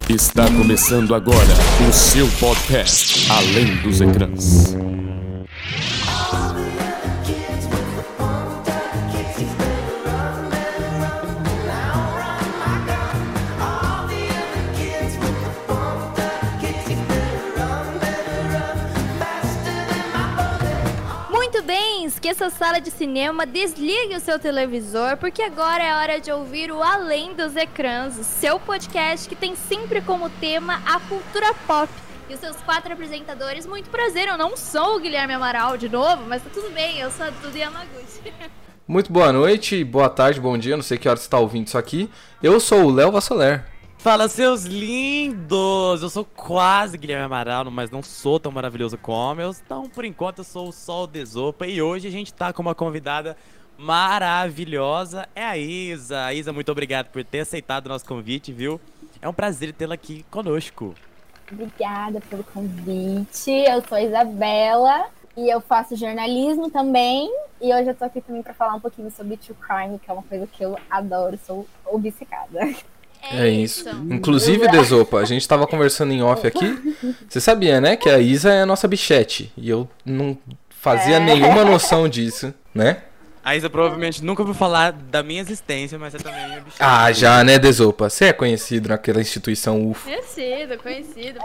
Está começando agora o seu podcast Além dos Ecrãs. Esqueça a sala de cinema, desligue o seu televisor, porque agora é hora de ouvir o Além dos Ecrãs, o seu podcast que tem sempre como tema a cultura pop. E os seus 4 apresentadores, muito prazer, eu não sou o Guilherme Amaral de novo, mas tá tudo bem, eu sou a Duda Yamaguchi. Muito boa noite, boa tarde, bom dia, não sei que hora você está ouvindo isso aqui. Eu sou o Léo Vassoler. Fala, seus lindos! Eu sou quase Guilherme Amaral, mas não sou tão maravilhoso como eu. Então, por enquanto, eu sou o Sol Desopa. E hoje a gente tá com uma convidada maravilhosa. É a Isa. Isa, muito obrigado por ter aceitado o nosso convite, viu? É um prazer tê-la aqui conosco. Obrigada pelo convite. Eu sou a Isabela e eu faço jornalismo também. E hoje eu tô aqui também pra falar um pouquinho sobre True Crime, que é uma coisa que eu adoro, sou obcecada. É isso. Inclusive, Desopa, a gente tava conversando em off aqui. Você sabia, né, que a Isa é a nossa bichete. E eu não fazia nenhuma noção disso, né? A Isa provavelmente nunca ouviu falar da minha existência, mas você também é minha bichete. Ah, já, né, Desopa? Você é conhecido naquela instituição UFO. Conhecido.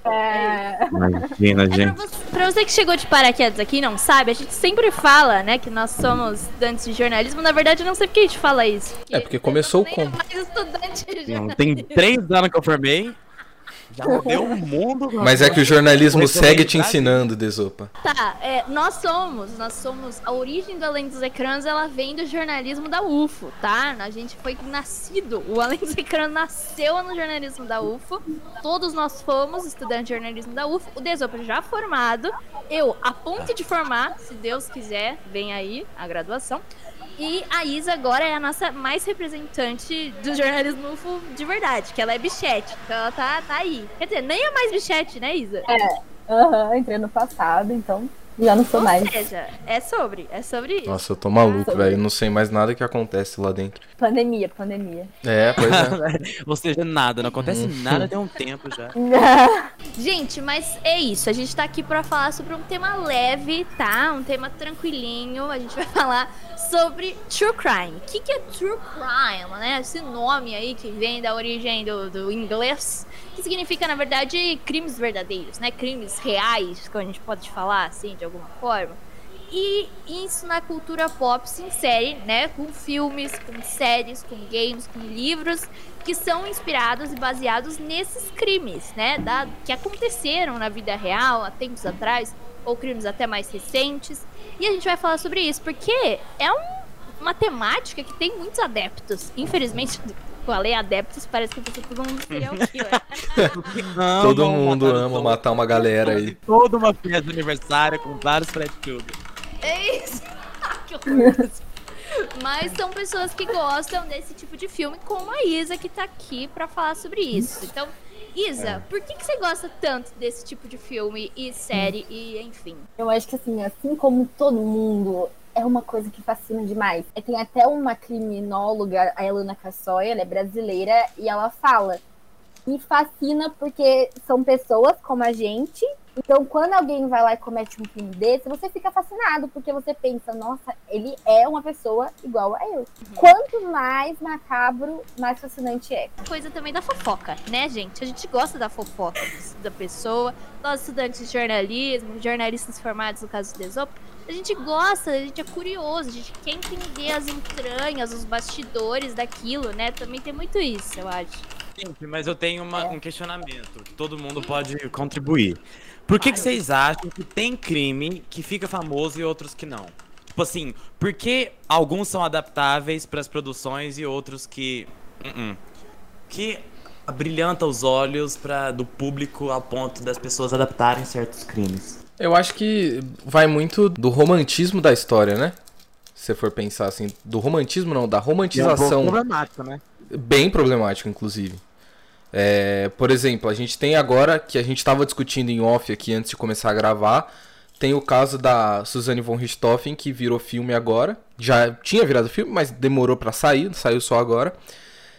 Imagina, gente. Pra você que chegou de paraquedas aqui e não sabe, a gente sempre fala, né, que nós somos estudantes de jornalismo. Na verdade, eu não sei por que a gente fala isso. É, porque começou como? como? Mais estudante de jornalismo. Tem 3 anos que eu formei. Já rodeu o mundo. Mas é que o jornalismo segue te ensinando, Desopa. Tá, nós somos, a origem do Além dos Ecrãs, ela vem do jornalismo da UFO, tá? A gente foi nascido, o Além dos Ecrãs nasceu no jornalismo da UFO, todos nós fomos estudantes de jornalismo da UFO, o Desopa já formado, eu a ponto de formar, se Deus quiser, vem aí a graduação. E a Isa agora é a nossa mais representante do jornalismo UFO de verdade, que ela é bichete, então ela tá aí. Quer dizer, nem é mais bichete, né, Isa? Entrei no passado, então já não sou mais. Ou seja, é sobre isso. Nossa, eu tô maluco, velho. Eu não sei mais nada que acontece lá dentro. Pandemia. É, pois é. Ou seja, nada, não acontece nada tem um tempo já. Gente, mas é isso, a gente tá aqui pra falar sobre um tema leve, tá? Um tema tranquilinho, a gente vai falar sobre True Crime. O que é True Crime, né? Esse nome aí que vem da origem do inglês, que significa, na verdade, crimes verdadeiros, né? Crimes reais, como a gente pode falar, assim, de alguma forma. E isso na cultura pop se insere, né? Com filmes, com séries, com games, com livros que são inspirados e baseados nesses crimes, né? Que aconteceram na vida real há tempos atrás, ou crimes até mais recentes. E a gente vai falar sobre isso, porque é uma temática que tem muitos adeptos. Infelizmente, falei adeptos, parece que todo mundo seria o killer. Todo mundo ama matar uma galera aí. Toda uma festa de aniversário com vários Fred Krueger. É isso. Que horror. Mas são pessoas que gostam desse tipo de filme, como a Isa, que tá aqui pra falar sobre isso. Então, Isa, por que você gosta tanto desse tipo de filme e série e enfim? Eu acho que assim como todo mundo, é uma coisa que fascina demais. Tem até uma criminóloga, a Elana Cassoy, ela é brasileira, e ela fala: me fascina porque são pessoas como a gente. Então, quando alguém vai lá e comete um crime desse, você fica fascinado, porque você pensa, nossa, ele é uma pessoa igual a eu. Quanto mais macabro, mais fascinante é. Coisa também da fofoca, né, gente? A gente gosta da fofoca da pessoa. Nós, estudantes de jornalismo, jornalistas formados, no caso do Desopa, a gente gosta, a gente é curioso, a gente quer entender as entranhas, os bastidores daquilo, né? Também tem muito isso, eu acho. Sim, mas eu tenho um questionamento. Todo mundo pode contribuir. Por que vocês acham que tem crime que fica famoso e outros que não? Tipo assim, por que alguns são adaptáveis para as produções e outros que brilhanta os olhos do público ao ponto das pessoas adaptarem certos crimes? Eu acho que vai muito do romantismo da história, né? Se você for pensar assim, do romantismo não, da romantização. É um pouco problemático, né? Bem problemático, inclusive. Por exemplo, a gente tem agora, que a gente estava discutindo em off aqui antes de começar a gravar, tem o caso da Suzanne von Richthofen, que virou filme agora. Já tinha virado filme, mas demorou pra sair, saiu só agora.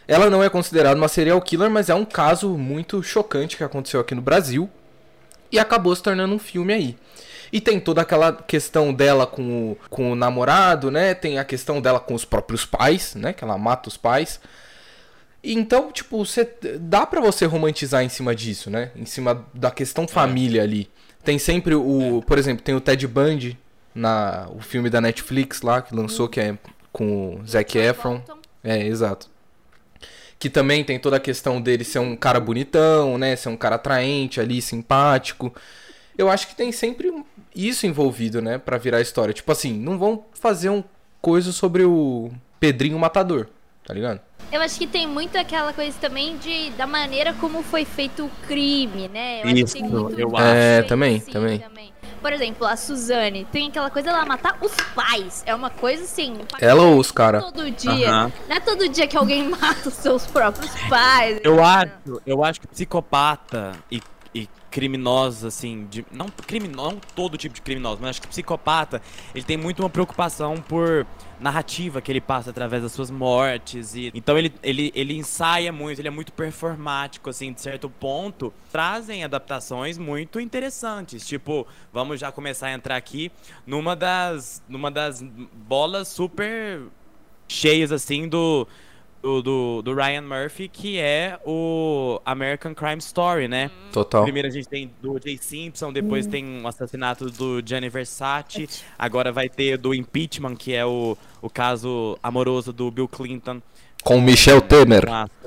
Ela não é considerada uma serial killer, mas é um caso muito chocante que aconteceu aqui no Brasil e acabou se tornando um filme aí. E tem toda aquela questão dela com o namorado, né? Tem a questão dela com os próprios pais, né? Que ela mata os pais. Então, tipo, dá pra você romantizar em cima disso, né? Em cima da questão família ali. Tem sempre por exemplo, tem o Ted Bundy, o filme da Netflix lá, que lançou, que é com o Zac Efron. É, exato. Que também tem toda a questão dele ser um cara bonitão, né? Ser um cara atraente ali, simpático. Eu acho que tem sempre isso envolvido, né? Pra virar história. Tipo assim, não vão fazer coisa sobre o Pedrinho Matador, tá ligado? Eu acho que tem muito aquela coisa também da maneira como foi feito o crime, né? Eu acho que tem muito eu acho. também. Também. Por exemplo, a Suzane tem aquela coisa dela matar os pais. É uma coisa assim. Ela ou os caras? Todo dia. Não é todo dia que alguém mata os seus próprios pais. Eu acho que psicopata e criminosos, assim, não todo tipo de criminoso, mas acho que psicopata, ele tem muito uma preocupação por narrativa que ele passa através das suas mortes, e então ele ensaia muito, ele é muito performático, assim, de certo ponto, trazem adaptações muito interessantes, tipo, vamos já começar a entrar aqui numa das bolas super cheias, assim, do Ryan Murphy, que é o American Crime Story, né? Total. Primeiro a gente tem do O.J. Simpson, depois tem o assassinato do Gianni Versace, agora vai ter do impeachment, que é o caso amoroso do Bill Clinton. Com Michel Temer.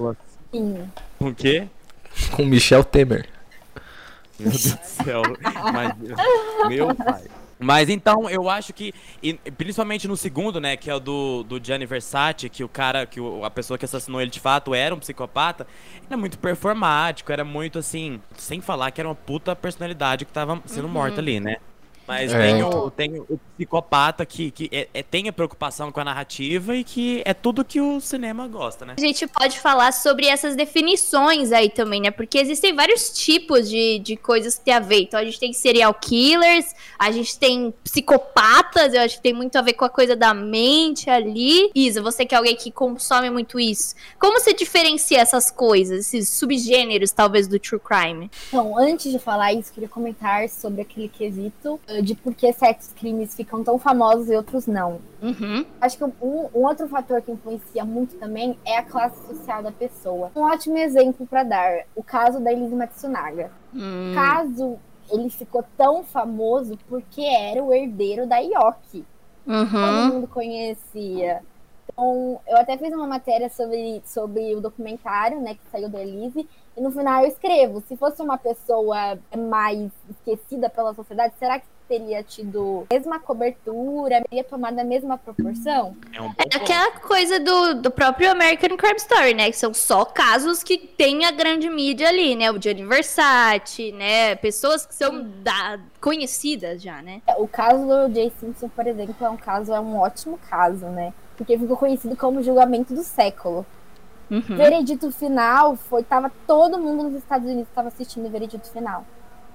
Com o quê? Com Michel Temer. Meu Deus do céu. Meu pai. Mas então, eu acho que, principalmente no segundo, né, que é o do Gianni Versace, que a pessoa que assassinou ele de fato era um psicopata, era muito performático, era muito assim, sem falar que era uma puta personalidade que tava sendo morta ali, né? Mas tem o psicopata que tem a preocupação com a narrativa e que é tudo que o cinema gosta, né? A gente pode falar sobre essas definições aí também, né? Porque existem vários tipos de coisas que tem a ver. Então a gente tem serial killers, a gente tem psicopatas, eu acho que tem muito a ver com a coisa da mente ali. Isa, você que é alguém que consome muito isso. Como você diferencia essas coisas, esses subgêneros, talvez, do true crime? Então, antes de falar isso, queria comentar sobre aquele quesito de por que certos crimes ficam tão famosos e outros não. Acho que um outro fator que influencia muito também é a classe social da pessoa. Um ótimo exemplo para dar, o caso da Elise Matsunaga. O caso, ele ficou tão famoso porque era o herdeiro da York. Todo mundo conhecia. Então, eu até fiz uma matéria sobre o documentário, né, que saiu da Elise, e no final eu escrevo, se fosse uma pessoa mais esquecida pela sociedade, será que teria tido a mesma cobertura, teria tomado a mesma proporção? É aquela coisa do próprio American Crime Story, né? Que são só casos que tem a grande mídia ali, né? O Gianni Versace, né? Pessoas que são conhecidas já, né? O caso do O.J. Simpson, por exemplo, é um ótimo caso, né? Porque ficou conhecido como o julgamento do século. Veredito final tava todo mundo nos Estados Unidos estava assistindo o veredito final.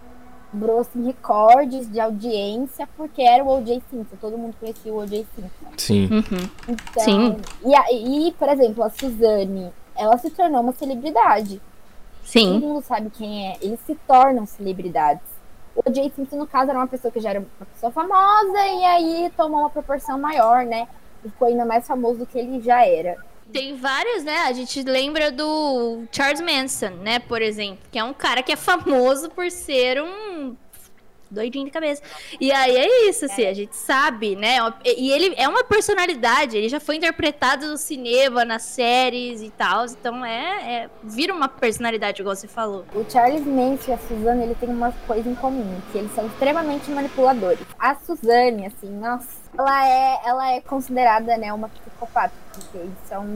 Cobrou assim, recordes de audiência porque era o O.J. Simpson, todo mundo conhecia o O.J. Simpson. Sim. Então, Sim. E, por exemplo, a Suzane, ela se tornou uma celebridade. Sim. Todo mundo sabe quem é. Eles se tornam celebridades. O O.J. Simpson, no caso, era uma pessoa que já era uma pessoa famosa e aí tomou uma proporção maior, né? E ficou ainda mais famoso do que ele já era. Tem vários, né? A gente lembra do Charles Manson, né? Por exemplo, que é um cara que é famoso por ser um doidinho de cabeça. E aí é isso, assim, a gente sabe, né? E ele é uma personalidade, ele já foi interpretado no cinema, nas séries e tal. Então vira uma personalidade, igual você falou. O Charles Manson e a Suzane, ele tem uma coisa em comum, que eles são extremamente manipuladores. A Suzane, assim, nossa, ela é considerada, né, uma psicopata, porque isso é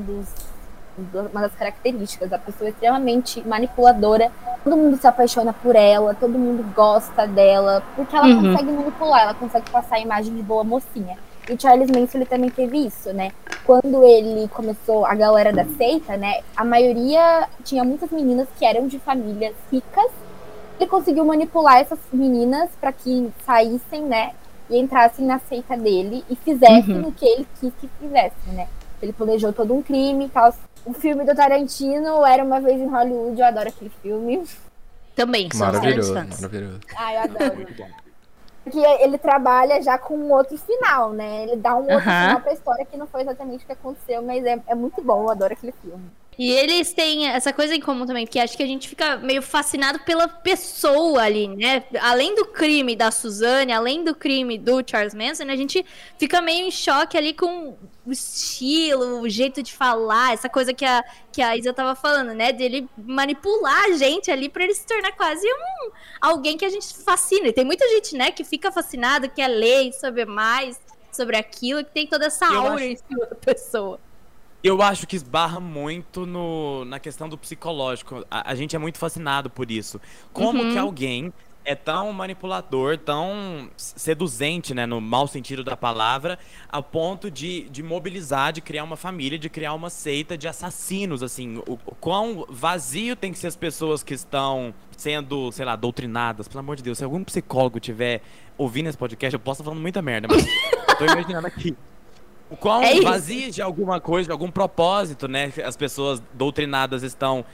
uma das características. A pessoa é extremamente manipuladora, todo mundo se apaixona por ela, todo mundo gosta dela, porque ela consegue manipular, ela consegue passar a imagem de boa mocinha. E o Charles Manson, ele também teve isso, né? Quando ele começou a galera da seita, né, a maioria tinha muitas meninas que eram de famílias ricas. Ele conseguiu manipular essas meninas para que saíssem, né, e entrassem na seita dele e fizessem o que ele quis que fizessem, né? Ele planejou todo um crime e tal. O filme do Tarantino, Era Uma Vez em Hollywood, eu adoro aquele filme. Também, somos grandes Maravilhoso, fãs. maravilhoso. Ah, eu adoro. Muito bom. Porque ele trabalha já com um outro final, né? Ele dá um outro Aham. final pra história que não foi exatamente o que aconteceu, mas é muito bom, eu adoro aquele filme. E eles têm essa coisa em comum também, que acho que a gente fica meio fascinado pela pessoa ali, né? Além do crime da Suzane, além do crime do Charles Manson, a gente fica meio em choque ali com o estilo, o jeito de falar, essa coisa que a Isa tava falando, né? Dele manipular a gente ali pra ele se tornar quase alguém que a gente fascina. E tem muita gente, né, que fica fascinado, quer ler e saber mais sobre aquilo, que tem toda essa Eu aura acho- em cima da pessoa. Eu acho que esbarra muito na questão do psicológico. A gente é muito fascinado por isso. Como que alguém é tão manipulador, tão seduzente, né, no mau sentido da palavra, a ponto de mobilizar, de criar uma família, de criar uma seita de assassinos, assim. O quão vazio tem que ser as pessoas que estão sendo, sei lá, doutrinadas. Pelo amor de Deus, se algum psicólogo tiver ouvindo esse podcast, eu posso estar falando muita merda, mas eu tô imaginando aqui. O quão É isso. vazio de alguma coisa, de algum propósito, né, as pessoas doutrinadas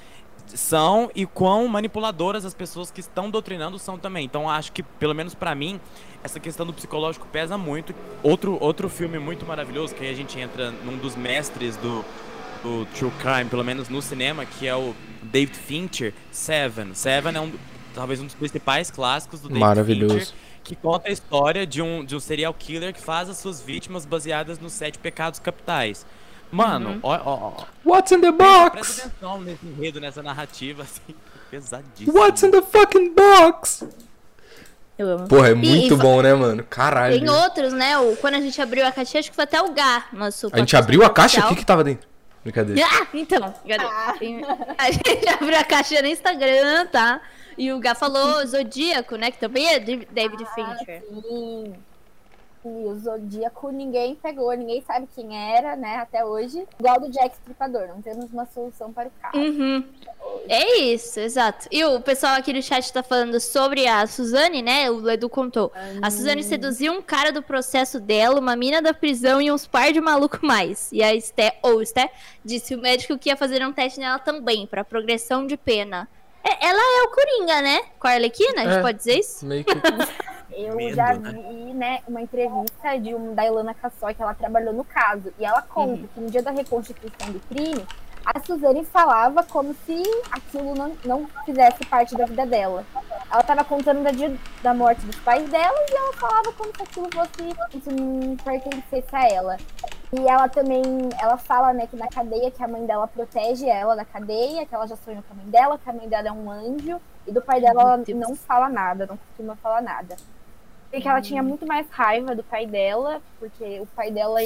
são e quão manipuladoras as pessoas que estão doutrinando são também. Então acho que, pelo menos pra mim, essa questão do psicológico pesa muito. Outro filme muito maravilhoso, que aí a gente entra num dos mestres do True Crime, pelo menos no cinema, que é o David Fincher, Seven. Seven é talvez um dos principais clássicos do David Maravilhoso. Fincher, que conta a história de um serial killer que faz as suas vítimas baseadas nos 7 pecados capitais. Mano, ó, What's in the presta box? atenção nesse enredo, nessa narrativa, assim, pesadíssimo. What's in the fucking box? Eu amo. Porra, é E muito bom, né, mano? Caralho. tem outros, né? Quando a gente abriu a caixinha, acho que foi até o Gá, nosso A gente abriu a caixa? O oficial. que tava dentro? Brincadeira. Ah, então, cadê? A gente abriu a caixa no Instagram, tá? E o Gá falou Zodíaco, né? Que também é de David Fincher. Sim. E o Zodíaco ninguém pegou, ninguém sabe quem era, né, até hoje. Igual do Jack Stripador, não temos uma solução para o caso. Uhum. É isso, exato. E o pessoal aqui no chat tá falando sobre a Suzane, né? O Edu contou. A Suzane seduziu um cara do processo dela, uma mina da prisão e uns par de maluco mais. E a Esté disse o médico que ia fazer um teste nela também, pra progressão de pena. Ela é o Coringa, né? Com a Arlequina, a gente É. pode dizer isso? Meio que... Eu Medo, já né? vi, né, uma entrevista da Ilana Cassoi, que ela trabalhou no caso. E ela conta que no dia da reconstituição do crime, a Suzane falava como se aquilo não fizesse parte da vida dela. Ela estava contando do dia da morte dos pais dela e ela falava como se aquilo isso não pertencesse a ela. E ela também, ela fala, né, que na cadeia, que a mãe dela protege ela da cadeia, que ela já sonhou com a mãe dela, que a mãe dela é um anjo. E do pai dela ela não fala nada, não costuma falar nada. E que ela tinha muito mais raiva do pai dela, porque o pai dela,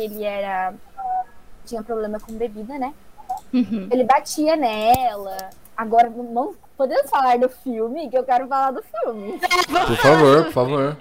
tinha problema com bebida, né? Ele batia nela. Agora, não podemos falar do filme, que eu quero falar do filme. Por favor, por favor.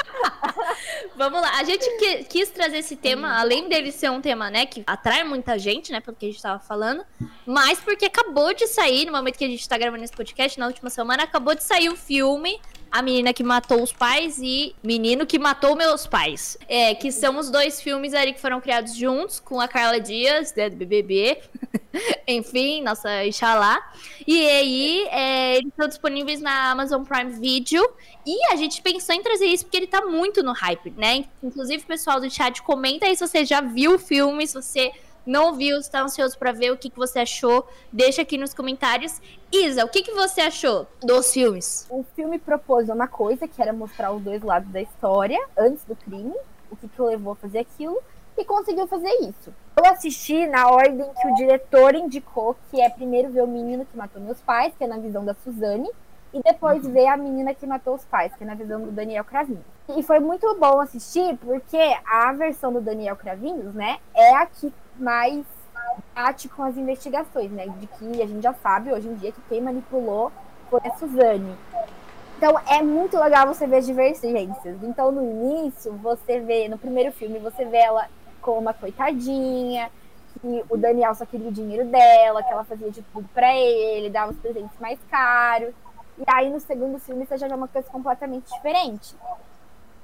Vamos lá, a gente quis trazer esse tema, além dele ser um tema, né, que atrai muita gente, né, pelo que a gente tava falando, mas porque acabou de sair, no momento que a gente tá gravando esse podcast, na última semana, acabou de sair o filme A Menina que Matou os Pais e Menino que Matou Meus Pais. Que são os dois filmes ali que foram criados juntos, com a Carla Dias, né, do BBB, enfim, nossa Ixalá. E aí, eles estão disponíveis na Amazon Prime Video. E a gente pensou em trazer isso porque ele tá muito no hype, né? Inclusive, o pessoal do chat, comenta aí se você já viu o filme, se você não viu, se tá ansioso pra ver o que você achou, deixa aqui nos comentários. Isa, o que você achou dos filmes? O filme propôs uma coisa, que era mostrar os dois lados da história, antes do crime, o que levou a fazer aquilo, e conseguiu fazer isso. Eu assisti na ordem que o diretor indicou, que é primeiro ver o menino que matou meus pais, que é na visão da Suzane, e depois ver a menina que matou os pais, que é na visão do Daniel Cravinhos. E foi muito bom assistir, porque a versão do Daniel Cravinhos, né, é a que mais bate com as investigações, né, de que a gente já sabe hoje em dia que quem manipulou foi a Suzane. Então é muito legal você ver as divergências. Então no início, no primeiro filme, você vê ela como uma coitadinha, que o Daniel só queria o dinheiro dela, que ela fazia de tudo pra ele, dava os presentes mais caros. E aí no segundo filme você já vê uma coisa completamente diferente.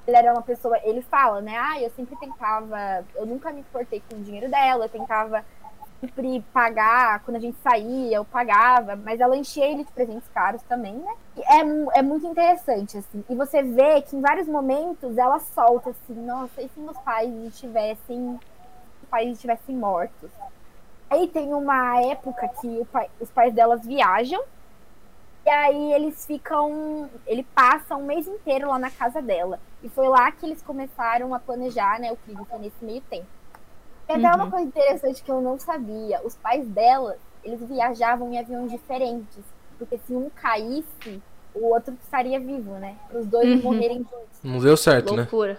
ele era uma pessoa, ele fala, né? Eu sempre tentava, eu nunca me importei com o dinheiro dela, eu tentava sempre pagar, quando a gente saía, eu pagava, mas ela enchia ele de presentes caros também, né? E é muito interessante, assim. E você vê que em vários momentos ela solta assim, nossa, e se meus pais estivessem mortos? Aí tem uma época que os pais delas viajam, e aí eles passa um mês inteiro lá na casa dela. E foi lá que eles começaram a planejar, né, o crime, foi nesse meio tempo. E até uma coisa interessante que eu não sabia, os pais dela, eles viajavam em aviões diferentes, porque se um caísse, o outro estaria vivo, né? Para os dois morrerem juntos. Não deu certo, Loucura.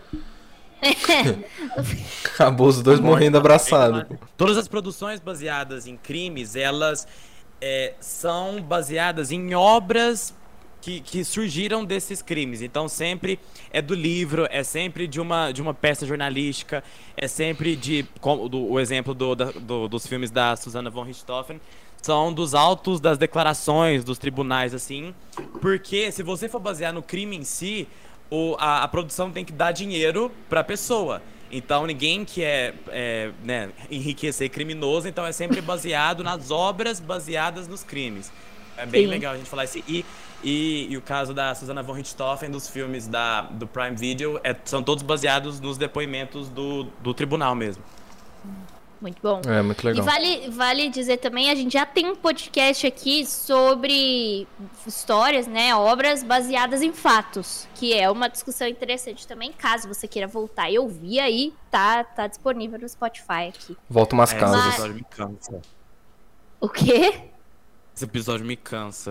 Acabou os dois morrendo abraçados. Todas as produções baseadas em crimes, elas são baseadas em obras que surgiram desses crimes. Então sempre é do livro, é sempre de uma peça jornalística, é sempre o exemplo dos filmes da Susanna von Richthofen, são dos autos das declarações dos tribunais, assim, porque se você for basear no crime em si, a produção tem que dar dinheiro pra pessoa. Então ninguém quer né, enriquecer criminoso, então é sempre baseado nas obras baseadas nos crimes. É bem legal a gente falar isso. E o caso da Susanna von Richthofen, dos filmes do Prime Video, são todos baseados nos depoimentos do tribunal mesmo. Muito bom. É, muito legal. E vale dizer também, a gente já tem um podcast aqui sobre histórias, né, obras baseadas em fatos, que é uma discussão interessante também, caso você queira voltar e ouvir aí, tá disponível no Spotify aqui. Volta umas casas. Esse episódio me cansa. O quê? Esse episódio me cansa.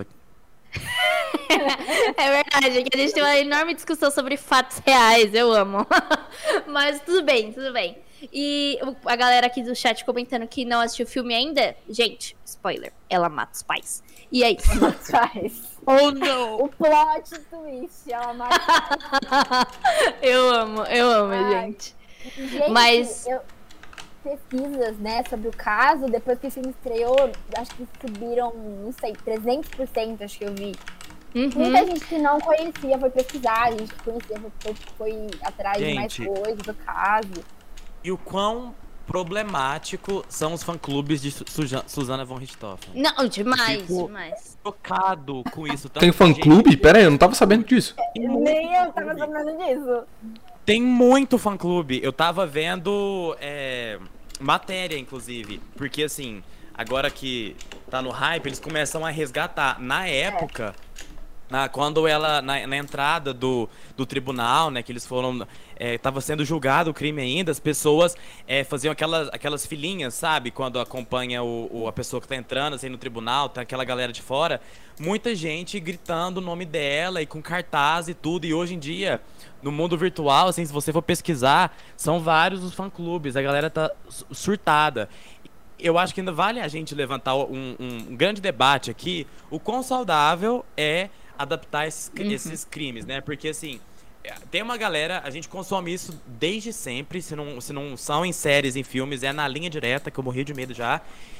É verdade, aqui a gente tem uma enorme discussão sobre fatos reais, eu amo. Mas tudo bem. E a galera aqui do chat comentando que não assistiu o filme ainda, gente, spoiler, ela mata os pais. E é isso. Oh, não! O plot twist, ela mata. Eu amo, gente. Gente, Mas pesquisas, né, sobre o caso, depois que o filme estreou, acho que subiram, não sei, 300%, acho que eu vi. Muita gente que não conhecia foi pesquisar, a gente que conhecia foi atrás de mais coisas do caso. E o quão problemático são os fã-clubes de Susanna von Richthofen. não, demais. Chocado com isso. Tem fã-clube? Pera aí, eu não tava sabendo disso. Nem eu tava sabendo disso. Tem muito fã-clube. Eu tava vendo matéria, inclusive. Porque, assim, agora que tá no hype, eles começam a resgatar. Na época, quando ela, na entrada do tribunal, né, que eles foram... tava sendo julgado o crime ainda, as pessoas faziam aquelas filinhas, sabe? Quando acompanha a pessoa que tá entrando, assim, no tribunal, tá aquela galera de fora. Muita gente gritando o nome dela e com cartaz e tudo. E hoje em dia, no mundo virtual, assim, se você for pesquisar, são vários os fã-clubes. A galera tá surtada. Eu acho que ainda vale a gente levantar um grande debate aqui, o quão saudável é adaptar esses crimes, né? Porque, assim, tem uma galera, a gente consome isso desde sempre, se não são em séries, em filmes, é na linha direta, que eu morri de medo já.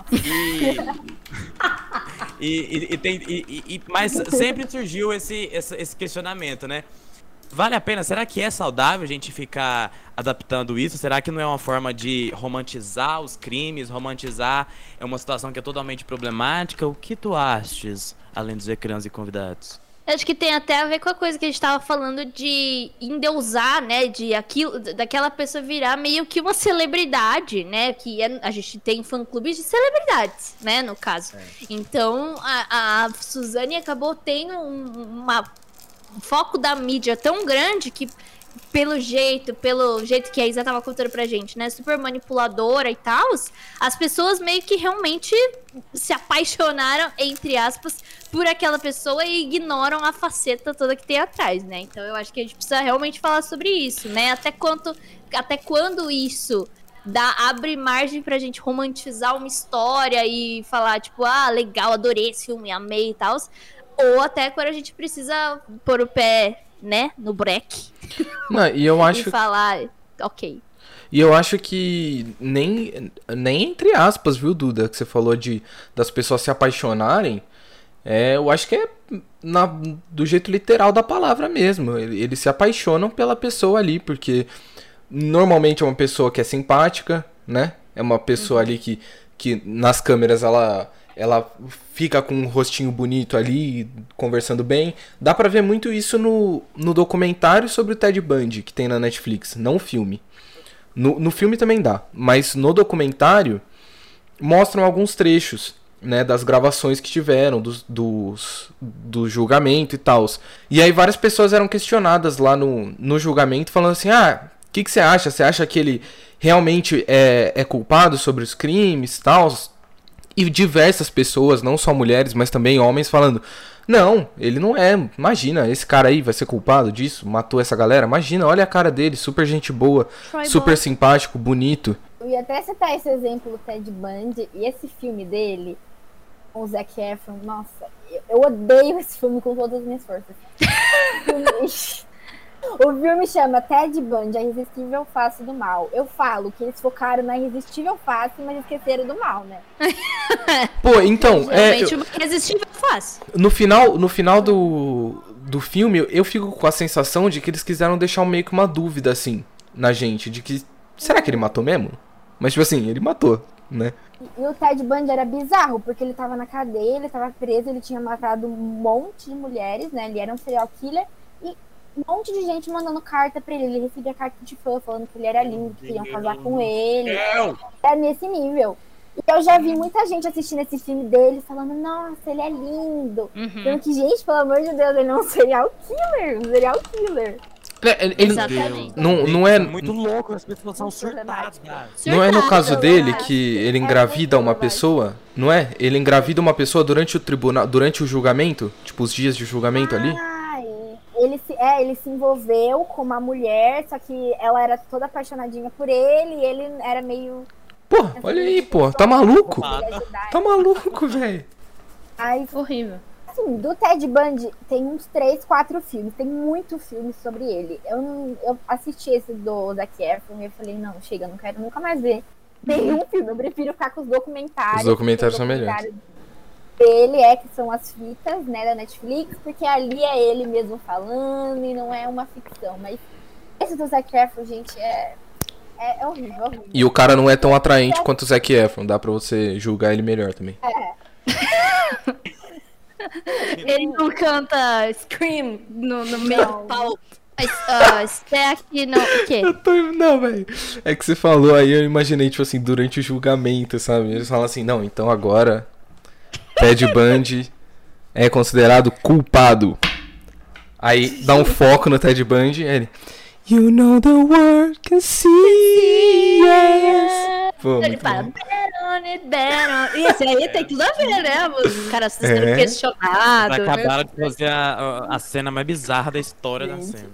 Mas sempre surgiu esse questionamento, né? Vale a pena? Será que é saudável a gente ficar adaptando isso? Será que não é uma forma de romantizar os crimes, romantizar uma situação que é totalmente problemática? O que tu achas, além dos ecrãs e convidados? Acho que tem até a ver com a coisa que a gente tava falando de endeusar, né? Daquela pessoa virar meio que uma celebridade, né? A gente tem fã-clubes de celebridades, né? No caso. Então, a Suzane acabou tendo um foco da mídia tão grande que, pelo jeito que a Isa tava contando pra gente, né? Super manipuladora e tal, as pessoas meio que realmente se apaixonaram, entre aspas, por aquela pessoa e ignoram a faceta toda que tem atrás, né? Então eu acho que a gente precisa realmente falar sobre isso, né? Até quando isso abre margem pra gente romantizar uma história e falar, tipo, legal, adorei esse filme, amei e tal. Ou até quando a gente precisa pôr o pé, né, no breque. Não, e eu acho... e falar, ok. E eu acho que nem entre aspas, viu, Duda, que você falou das pessoas se apaixonarem, Eu acho que é do jeito literal da palavra mesmo. Eles se apaixonam pela pessoa ali, porque normalmente é uma pessoa que é simpática, né? É uma pessoa ali que nas câmeras ela fica com um rostinho bonito ali, conversando bem. Dá pra ver muito isso no documentário sobre o Ted Bundy, que tem na Netflix, não o filme. No filme também dá, mas no documentário mostram alguns trechos, né, das gravações que tiveram, do julgamento e tal. E aí várias pessoas eram questionadas lá no julgamento, falando assim, o que você acha? Você acha que ele realmente é culpado sobre os crimes e tal? E diversas pessoas, não só mulheres, mas também homens, falando, não, ele não é, imagina, esse cara aí vai ser culpado disso, matou essa galera, imagina, olha a cara dele, super gente boa, super simpático, bonito. Eu ia até citar esse exemplo do Ted Bundy e esse filme dele, com o Zac Efron, nossa, eu odeio esse filme com todas as minhas forças. O filme chama Ted Bundy, a irresistível face do mal. Eu falo que eles focaram na irresistível face, mas esqueceram do mal, né? Pô, então, Realmente uma irresistível face. no final do filme, eu fico com a sensação de que eles quiseram deixar meio que uma dúvida, assim, na gente, de que, será que ele matou mesmo? Mas, tipo assim, ele matou, né? E o Ted Bundy era bizarro, porque ele tava na cadeia, ele tava preso, ele tinha matado um monte de mulheres, né? Ele era um serial killer, e um monte de gente mandando carta pra ele. Ele recebia carta de fã falando que ele era lindo, que queriam casar com ele. É nesse nível. E eu já vi muita gente assistindo esse filme dele falando, nossa, ele é lindo. Falando que, gente, pelo amor de Deus, ele não é um serial killer. Exatamente. Não é Muito louco, as pessoas são surtadas. Não é no caso dele que ele engravida uma pessoa? Não é? Ele engravida uma pessoa durante o tribunal, durante o julgamento? Tipo, os dias de julgamento ali? Ele se envolveu com uma mulher, só que ela era toda apaixonadinha por ele e ele era meio... Pô, olha aí, pô, tá maluco? Tá maluco, velho. Aí, Horrível. assim, do Ted Bundy tem uns 3, 4 filmes, tem muito filme sobre ele. Eu assisti esse do Zac Efron e eu falei, não, chega, não quero nunca mais ver nenhum filme, eu prefiro ficar com os documentários. Os documentários são melhores. Ele que são as fitas, né, da Netflix, porque ali é ele mesmo falando e não é uma ficção. Mas esse do Zac Efron, gente, é horrível, horrível. E o cara não é tão atraente quanto o Zac Efron, dá pra você julgar ele melhor também. Ele não canta Scream no meio do pau. Stack não. O quê? Não, velho. É que você falou aí, eu imaginei, tipo assim, durante o julgamento, sabe? Eles falam assim, não, então agora Ted Bundy é considerado culpado. Aí dá um foco no Ted Bundy e ele... You know the world can see, yes. Pô, Ele fala, bet on it, bet on it. Esse aí tem tudo a ver, né? Os caras sendo questionados. Acabaram de fazer a cena mais bizarra da história da cena.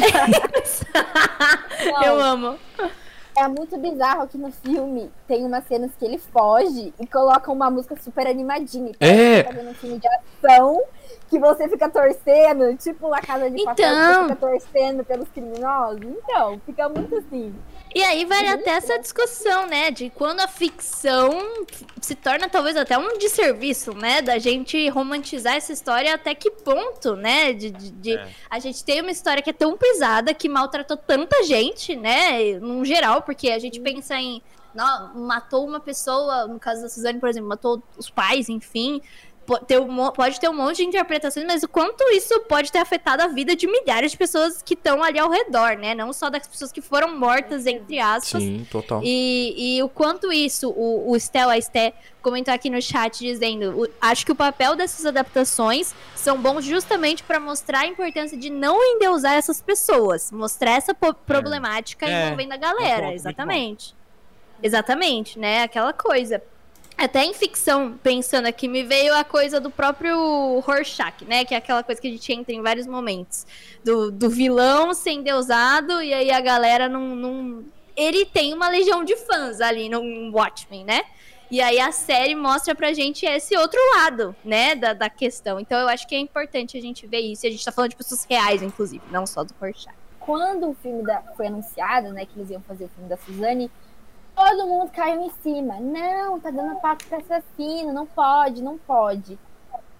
Eu amo. É muito bizarro que no filme tem umas cenas que ele foge e coloca uma música super animadinha. Tá vendo um filme de ação que você fica torcendo, tipo La Casa de Papel, que você fica torcendo pelos criminosos. Então, fica muito assim. E aí vale até essa discussão, né? De quando a ficção se torna talvez até um desserviço, né? Da gente romantizar essa história até que ponto, né? A gente tem uma história que é tão pesada, que maltratou tanta gente, né? No geral, porque a gente pensa em... matou uma pessoa, no caso da Suzane, por exemplo, matou os pais, enfim... Pode ter um monte de interpretações, mas o quanto isso pode ter afetado a vida de milhares de pessoas que estão ali ao redor, né? Não só das pessoas que foram mortas, entre aspas. Sim, total. E o quanto isso, a Esté comentou aqui no chat dizendo, acho que o papel dessas adaptações são bons justamente para mostrar a importância de não endeusar essas pessoas, mostrar essa problemática envolvendo a galera, exatamente. Exatamente, né? Aquela coisa. Até em ficção, pensando aqui, me veio a coisa do próprio Rorschach, né? Que é aquela coisa que a gente entra em vários momentos. Do vilão ser endeusado e aí a galera não... Ele tem uma legião de fãs ali no Watchmen, né? E aí a série mostra pra gente esse outro lado, né? Da questão. Então eu acho que é importante a gente ver isso. E a gente tá falando de pessoas reais, inclusive, não só do Rorschach. Quando o filme foi anunciado, né? Que eles iam fazer o filme da Suzane... Todo mundo caiu em cima. Não, tá dando papo pra assassino. Não pode, não pode.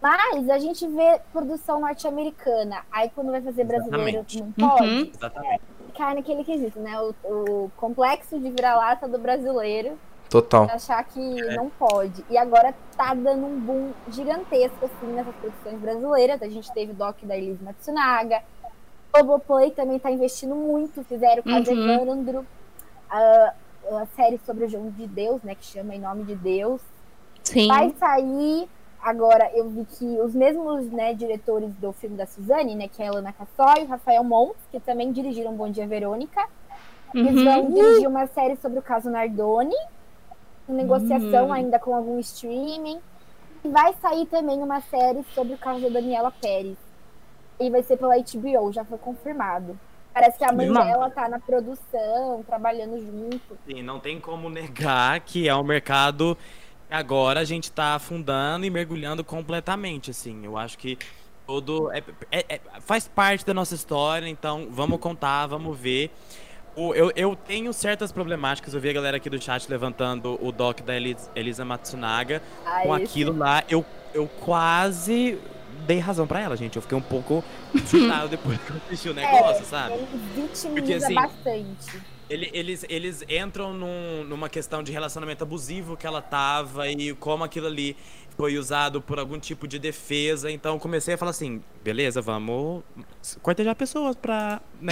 Mas a gente vê produção norte-americana. Aí quando vai fazer brasileiro, Exatamente. não pode. Exatamente. Cai naquele quesito, né? O complexo de vira-lata do brasileiro. Total. Achar que não pode. E agora tá dando um boom gigantesco, assim, nessas produções brasileiras. A gente teve o doc da Elise Matsunaga. O Globoplay também tá investindo muito. Fizeram com a Evandro, a série sobre o João de Deus, né? Que chama Em Nome de Deus. Sim. Vai sair... Agora, eu vi que os mesmos, né, diretores do filme da Suzane, né, que é a Elana Cassoi e o Rafael Montes, que também dirigiram Bom Dia Verônica, eles vão dirigir uma série sobre o caso Nardoni, em negociação ainda com algum streaming. E vai sair também uma série sobre o caso da Daniela Pérez. E vai ser pela HBO, já foi confirmado. Parece que a mãe dela tá na produção, trabalhando junto. Sim, não tem como negar que é um mercado... Agora a gente tá afundando e mergulhando completamente, assim. Eu acho que faz parte da nossa história, então vamos contar, vamos ver. Eu tenho certas problemáticas, eu vi a galera aqui do chat levantando o doc da Elisa Matsunaga. Com aquilo lá, eu quase dei razão pra ela, gente. Eu fiquei um pouco surtado depois que eu assisti o negócio, sabe? Ele vitimiza porque, assim, bastante. Eles entram numa questão de relacionamento abusivo que ela tava e como aquilo ali foi usado por algum tipo de defesa. Então eu comecei a falar assim, beleza, vamos cortejar pessoas pra, né?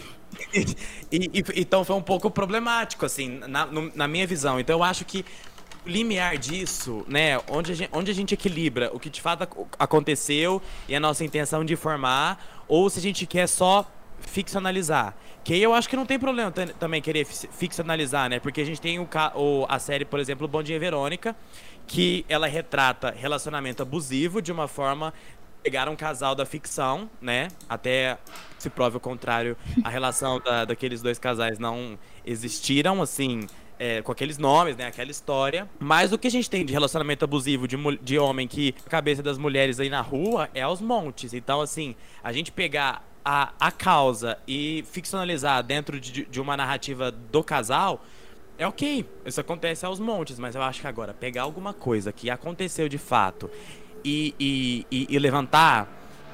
Então foi um pouco problemático, assim, na minha visão. Então eu acho que o limiar disso, né, onde a gente equilibra o que de fato aconteceu e a nossa intenção de informar, ou se a gente quer só ficcionalizar. Que aí eu acho que não tem problema também querer ficcionalizar, né? Porque a gente tem a série, por exemplo, Bom Dia Verônica, que ela retrata relacionamento abusivo de uma forma... Pegar um casal da ficção, né? Até se prove o contrário, a relação daqueles dois casais não existiram, assim... com aqueles nomes, né, aquela história. Mas o que a gente tem de relacionamento abusivo de homem que a cabeça das mulheres aí na rua é aos montes. Então, assim, a gente pegar a causa e ficcionalizar dentro de uma narrativa do casal é ok. Isso acontece aos montes, mas eu acho que agora pegar alguma coisa que aconteceu de fato e levantar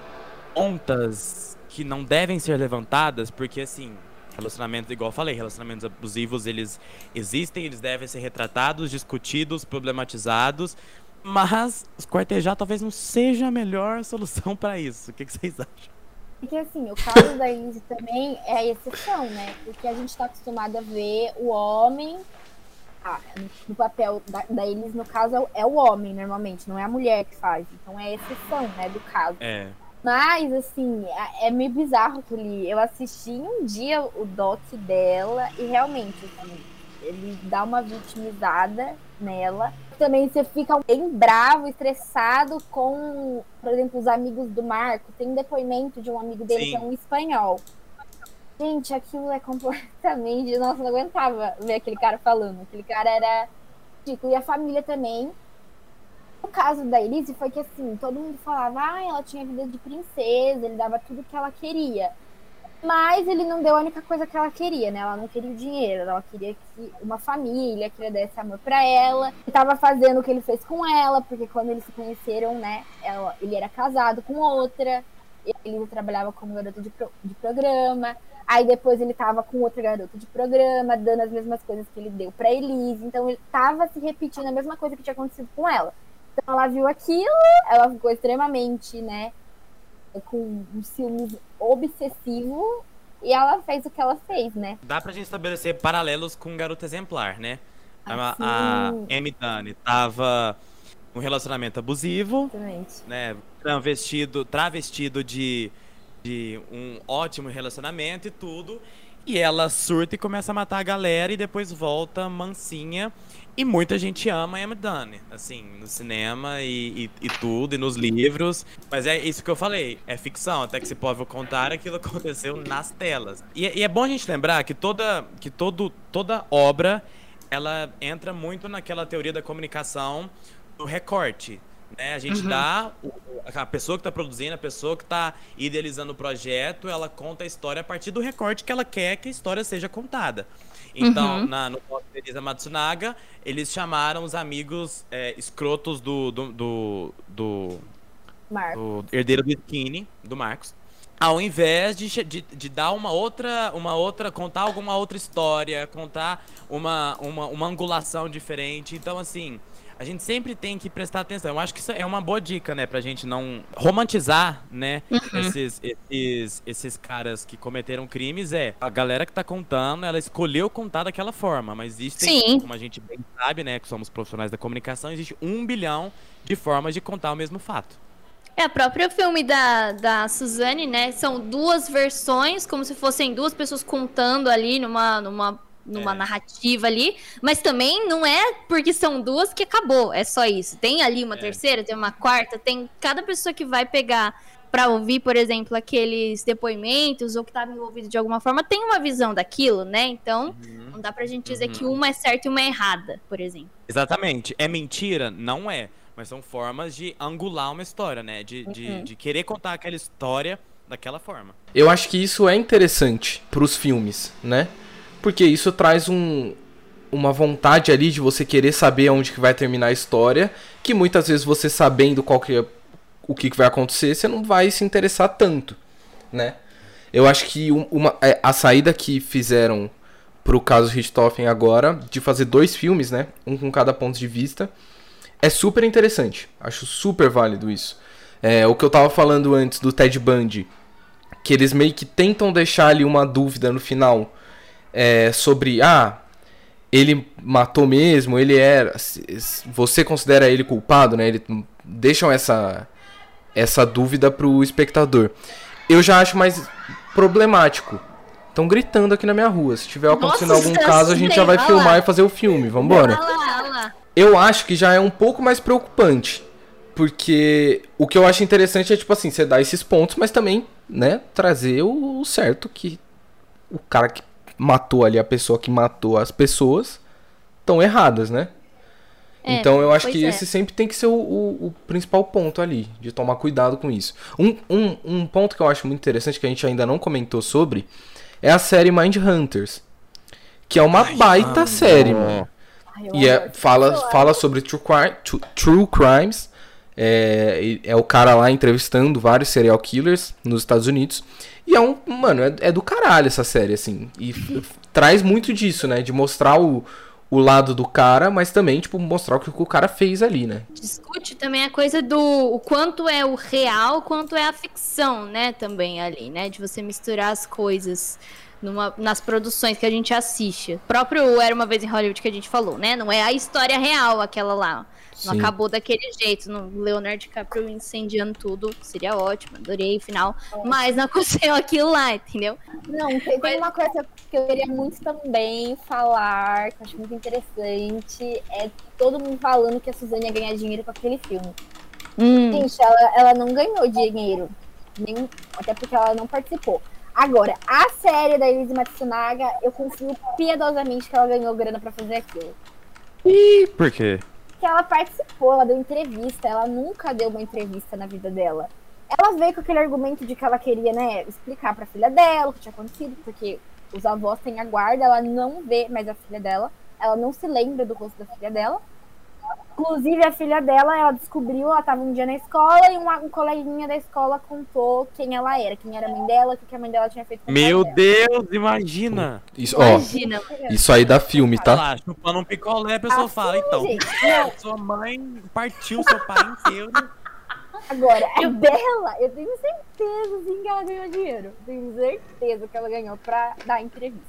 pontas que não devem ser levantadas, porque, assim... Relacionamentos, igual eu falei, relacionamentos abusivos, eles existem, eles devem ser retratados, discutidos, problematizados, mas esquartejar talvez não seja a melhor solução para isso. O que vocês acham? Porque, assim, o caso da Elise também é a exceção, né? Porque a gente tá acostumado a ver o homem... no papel da Elise, no caso, é o homem, normalmente, não é a mulher que faz. Então é a exceção, né, do caso. Mas, assim, é meio bizarro que eu assisti um dia o doc dela e realmente, assim, ele dá uma vitimizada nela. Também você fica bem bravo, estressado com, por exemplo, os amigos do Marco. Tem um depoimento de um amigo dele que é um espanhol. Gente, aquilo é completamente... Nossa, não aguentava ver aquele cara falando. Aquele cara era ridículo. E a família também. O caso da Elise foi que, assim, todo mundo falava, ela tinha vida de princesa, ele dava tudo que ela queria. Mas ele não deu a única coisa que ela queria, né? Ela não queria o dinheiro, ela queria uma família, que ele desse amor pra ela. Ele tava fazendo o que ele fez com ela, porque quando eles se conheceram, né, ele era casado com outra, ele trabalhava como garoto de programa. Aí depois ele tava com outra garota de programa, dando as mesmas coisas que ele deu pra Elise. Então ele tava se repetindo a mesma coisa que tinha acontecido com ela. Então ela viu aquilo, ela ficou extremamente, né, com um ciúme obsessivo e ela fez o que ela fez, né? Dá pra gente estabelecer paralelos com Garota Exemplar, né? A Amy Dunne tava num relacionamento abusivo, exatamente, né? Travestido de um ótimo relacionamento e tudo. E ela surta e começa a matar a galera e depois volta mansinha. E muita gente ama a Amy Dunne, assim, no cinema e tudo, e nos livros. Mas é isso que eu falei, é ficção, até que se pode contar aquilo aconteceu nas telas. E é bom a gente lembrar que toda obra, ela entra muito naquela teoria da comunicação do recorte. Né? A gente dá, a pessoa que está produzindo, a pessoa que está idealizando o projeto, ela conta a história a partir do recorte que ela quer que a história seja contada. Então, no post da Elisa Matsunaga, eles chamaram os amigos escrotos Marcos. o herdeiro do Skinny, do Marcos. Ao invés de dar uma outra, contar alguma outra história, contar uma angulação diferente. Então, assim, a gente sempre tem que prestar atenção. Eu acho que isso é uma boa dica, né, pra gente não romantizar, né, esses caras que cometeram crimes. A galera que tá contando, ela escolheu contar daquela forma, mas existem, como a gente bem sabe, né, que somos profissionais da comunicação, existe 1 bilhão de formas de contar o mesmo fato. O próprio filme da Suzane, né? São 2 versões, como se fossem 2 pessoas contando ali numa narrativa ali. Mas também não é porque são 2 que acabou, é só isso. Tem ali uma terceira, tem uma quarta, tem cada pessoa que vai pegar pra ouvir, por exemplo, aqueles depoimentos ou que estava envolvido de alguma forma, tem uma visão daquilo, né? Então, não dá pra gente dizer que uma é certa e uma é errada, por exemplo. Exatamente. É mentira? Não é. Mas são formas de angular uma história, né? De querer contar aquela história daquela forma. Eu acho que isso é interessante pros filmes, né? Porque isso traz uma vontade ali de você querer saber onde que vai terminar a história, que muitas vezes você sabendo o que vai acontecer, você não vai se interessar tanto, né? Eu acho que a saída que fizeram pro caso Richthofen agora, de fazer 2 filmes, né? Um com cada ponto de vista, é super interessante. Acho super válido isso. O que eu tava falando antes do Ted Bundy, que eles meio que tentam deixar ali uma dúvida no final sobre, ele matou mesmo, ele era... Você considera ele culpado, né? Eles deixam essa dúvida pro espectador. Eu já acho mais problemático. Estão gritando aqui na minha rua. Se tiver acontecendo algum caso, a gente já vai filmar e fazer o filme. Vambora. Olha lá. Eu acho que já é um pouco mais preocupante. Porque o que eu acho interessante é, tipo assim, você dar esses pontos, mas também, né, trazer o certo que o cara que matou ali, a pessoa que matou as pessoas, estão erradas, né? Então eu acho que esse sempre tem que ser o principal ponto ali, de tomar cuidado com isso. Um ponto que eu acho muito interessante, que a gente ainda não comentou sobre, é a série Mindhunters. Que é uma baita série, mano. E fala sobre true crimes. É o cara lá entrevistando vários serial killers nos Estados Unidos. E é do caralho essa série, assim. E traz muito disso, né? De mostrar o lado do cara, mas também, tipo, mostrar o que o cara fez ali, né? Discute também a coisa do o quanto é o real, quanto é a ficção, né? Também ali, né? De você misturar as coisas nas produções que a gente assiste. O próprio Era Uma Vez em Hollywood que a gente falou, né? Não é a história real aquela lá. Não Sim. acabou daquele jeito. No Leonardo DiCaprio incendiando tudo. Seria ótimo, adorei o final. Mas não aconteceu aquilo lá, entendeu? Não, tem uma coisa que eu queria muito também falar, que eu acho muito interessante. É todo mundo falando que a Suzane ia ganhar dinheiro com aquele filme. Gente, ela não ganhou dinheiro. Até porque ela não participou. Agora, a série da Elise Matsunaga, eu confio piedosamente que ela ganhou grana pra fazer aquilo. Ih, por quê? Que ela participou, ela deu entrevista, ela nunca deu uma entrevista na vida dela. Ela veio com aquele argumento de que ela queria, né, explicar pra filha dela o que tinha acontecido, porque os avós têm a guarda, ela não vê mais a filha dela, ela não se lembra do rosto da filha dela. Inclusive, a filha dela, ela descobriu, ela tava um dia na escola e um coleguinha da escola contou quem ela era, quem era a mãe dela, o que a mãe dela tinha feito com Meu dela. Deus, imagina! Imagina. Isso aí dá filme, Tá tá? lá, chupando um picolé, a pessoa fala, então, gente, sua mãe partiu seu pai inteiro. Agora, a dela, eu tenho certeza, sim, que ela ganhou dinheiro. Tenho certeza que ela ganhou pra dar entrevista.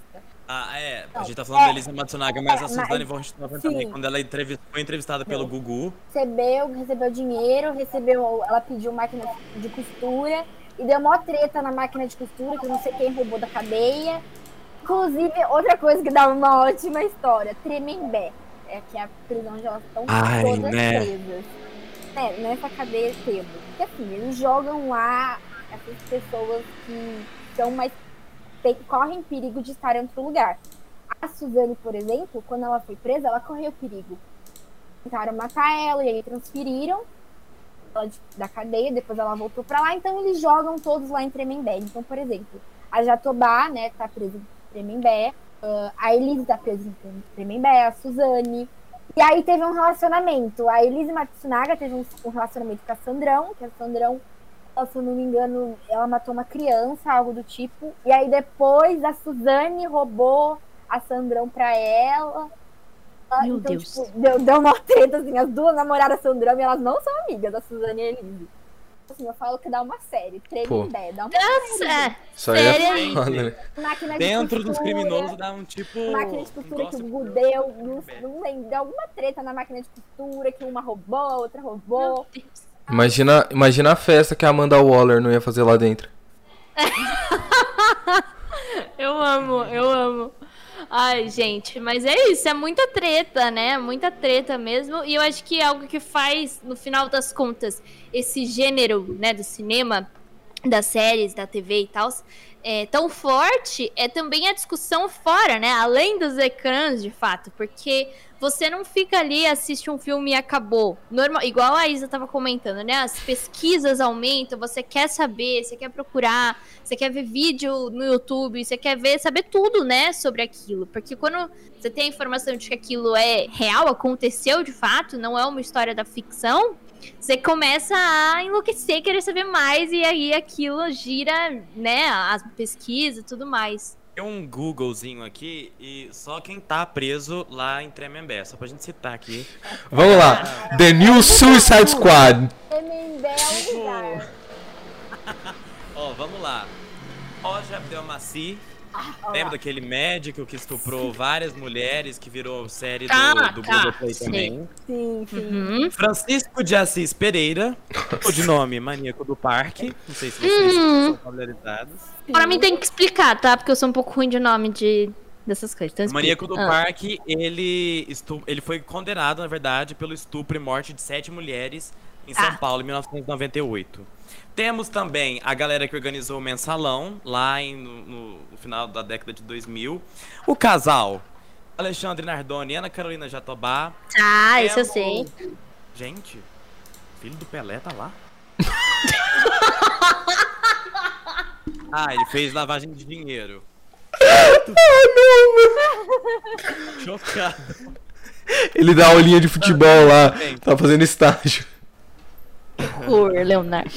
A gente tá falando da Elisa Matsunaga, mas a Suzane von Richthofen também, quando ela foi entrevistada pelo Gugu. Recebeu dinheiro, ela pediu máquina de costura e deu mó treta na máquina de costura, que eu não sei quem roubou da cadeia. Inclusive, outra coisa que dá uma ótima história, Tremembé, que é a prisão onde elas estão todas presas. Nessa cadeia teve. Porque assim, eles jogam lá essas pessoas que são mais correm perigo de estar em outro lugar. A Suzane, por exemplo, quando ela foi presa, ela correu perigo. Tentaram matar ela e aí transferiram ela da cadeia, depois ela voltou pra lá, então eles jogam todos lá em Tremembé. Então, por exemplo, a Jatobá, tá presa em Tremembé, a Elise tá presa em Tremembé, a Suzane, E aí teve um relacionamento. A Elise Matsunaga teve um relacionamento com a Sandrão, que a Sandrão, se eu não me engano, ela matou uma criança, algo do tipo. E aí depois a Suzane roubou a Sandrão pra ela. Meu então, Deus. tipo, deu uma treta, assim, as duas namoraram a Sandrão e elas não são amigas, a Suzane e a Elise. Assim, eu falo que dá uma série, Tremembé, dá uma série. Isso aí é Sério? foda, né? Máquina de Dentro dos costura, criminosos dá um tipo. máquina de costura que o Gugu deu, não lembro, deu alguma treta na máquina de costura, que uma roubou, a outra roubou. Meu Deus. Imagina a festa que a Amanda Waller não ia fazer lá dentro. Eu amo, eu amo. Ai, gente, mas é isso, é muita treta, né? Muita treta mesmo. E eu acho que algo que faz, no final das contas, esse gênero, né, do cinema, das séries, da TV e tal, tão forte, é também a discussão fora, né? Além dos ecrãs, de fato, porque você não fica ali, assiste um filme e acabou. Normal, igual a Isa tava comentando, né? As pesquisas aumentam, você quer saber, você quer procurar, você quer ver vídeo no YouTube, você quer saber tudo, né, sobre aquilo. Porque quando você tem a informação de que aquilo é real, aconteceu de fato, não é uma história da ficção, você começa a enlouquecer, querer saber mais, e aí aquilo gira, né, as pesquisas e tudo mais. Tem um Googlezinho aqui e só quem tá preso lá em Tremembé, só pra gente citar aqui. Vamos lá. The New Suicide Squad. Tremembé é um lugar. Ó, vamos lá. Roger Abdelmaci. Lembra daquele médico que estuprou várias mulheres, que virou série do Google Play sim. também? Sim, sim. Uhum. Francisco de Assis Pereira, o de nome Maníaco do Parque. Não sei se vocês são familiarizados. Pra mim tem que explicar, tá? Porque eu sou um pouco ruim de nome dessas coisas. Então O Maníaco explica. do Parque, ele foi condenado, na verdade, pelo estupro e morte de 7 mulheres em São Paulo, em 1998. Temos também a galera que organizou o Mensalão, lá no final da década de 2000. O casal Alexandre Nardoni e Ana Carolina Jatobá. Tá, isso eu Temos- sei. Gente, filho do Pelé tá lá. Ele fez lavagem de dinheiro. Chocado. Ele dá aulinha de futebol lá. Tá fazendo estágio. Por Leonardo.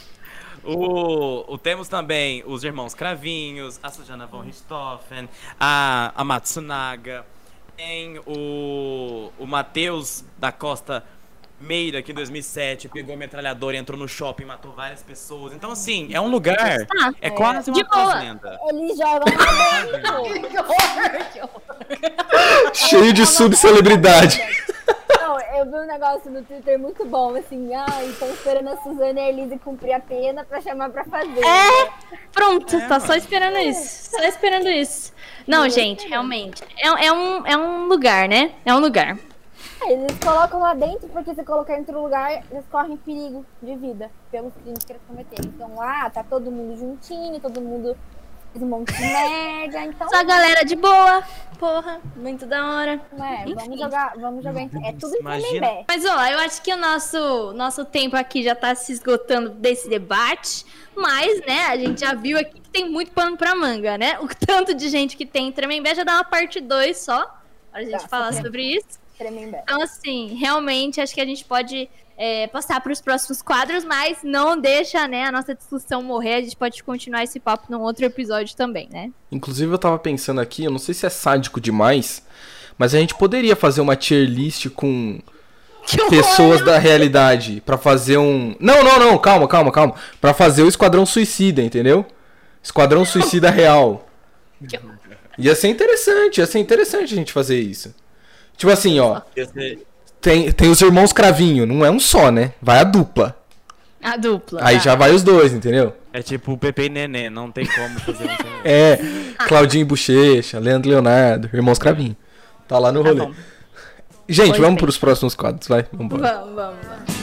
Temos também os irmãos Cravinhos, a Sujana von Richthofen, a Matsunaga, tem o Matheus da Costa Meira, que em 2007 pegou a metralhadora e entrou no shopping e matou várias pessoas. Então, assim, é um lugar, é quase De uma boa. fazenda. Eles jogam lá dentro. Que horror, que horror. Cheio de subcelebridade. Não, eu vi um negócio no Twitter muito bom, assim, estão esperando a Suzane e a Elise cumprir a pena pra chamar pra fazer. Pronto, tá só esperando isso. Só esperando isso. Não, gente, realmente. É um lugar, né? É um lugar. Eles colocam lá dentro, porque se colocar em outro lugar, eles correm perigo de vida pelos crimes que eles cometeram. Então lá, tá todo mundo juntinho, todo mundo fez um monte de merda, então... Só a galera de boa. Porra, muito da hora. vamos Enfim. jogar é tudo em Imagina. Tremembé. Mas, ó, eu acho que o nosso tempo aqui já tá se esgotando desse debate. Mas, né, a gente já viu aqui que tem muito pano pra manga, né? O tanto de gente que tem em Tremembé já dá uma parte 2 só, pra gente falar sobre isso. Tremembé. Então, assim, realmente acho que a gente pode passar para os próximos quadros, mas não deixa, né, a nossa discussão morrer. A gente pode continuar esse papo num outro episódio também, né? Inclusive eu tava pensando aqui, eu não sei se é sádico demais, mas a gente poderia fazer uma tier list com pessoas da realidade pra fazer um... Não, calma. Pra fazer o Esquadrão Suicida, entendeu? Esquadrão Suicida real. Ia ser interessante a gente fazer isso. Tipo assim, ó, tem os irmãos Cravinho, não é um só, né? Vai a dupla. A dupla. Aí já vai os dois, entendeu? É tipo o Pepe e Nenê, não tem como fazer um sem outro. É, Claudinho e Bochecha, Leandro e Leonardo, irmãos Cravinho. Tá lá no rolê. bom. Gente, Pois vamos bem. pros próximos quadros, vai. Vambora. Vamos.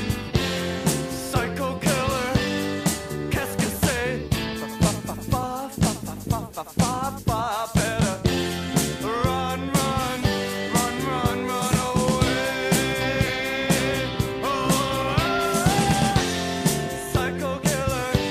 Psycho killer, qu'est-ce que c'est? Better run away. Psycho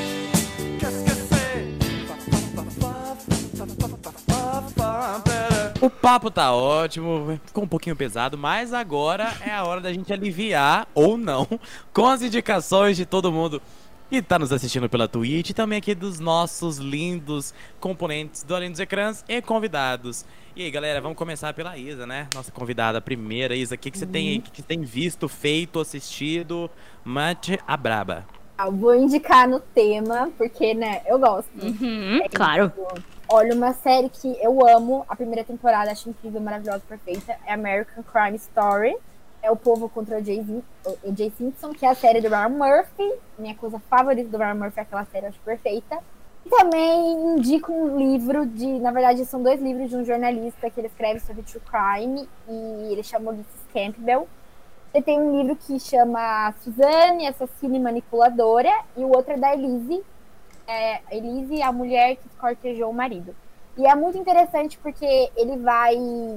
killer, qu'est-ce que c'est? Better O papo tá ótimo, ficou um pouquinho pesado, mas agora é a hora da gente aliviar, ou não, com as indicações de todo mundo que tá nos assistindo pela Twitch e também aqui dos nossos lindos componentes do Além dos Ecrãs e convidados. E aí, galera, vamos começar pela Isa, né? Nossa convidada primeira. Isa, o que você tem aí, que tem visto, feito, assistido? Mate a braba. Eu vou indicar no tema, porque, né, eu gosto. Claro. Olha, uma série que eu amo, a primeira temporada, acho incrível, maravilhosa, perfeita, é American Crime Story. É O Povo contra o O.J. Simpson, que é a série do Ryan Murphy. Minha coisa favorita do Ryan Murphy é aquela série, eu acho perfeita. E também indico um livro na verdade, são 2 livros de um jornalista que ele escreve sobre true crime, e ele chama Ulysses Campbell. Você tem um livro que chama Suzanne, Assassina e Manipuladora, e o outro é da Elise. Elise, a mulher que cortejou o marido. E é muito interessante porque ele vai,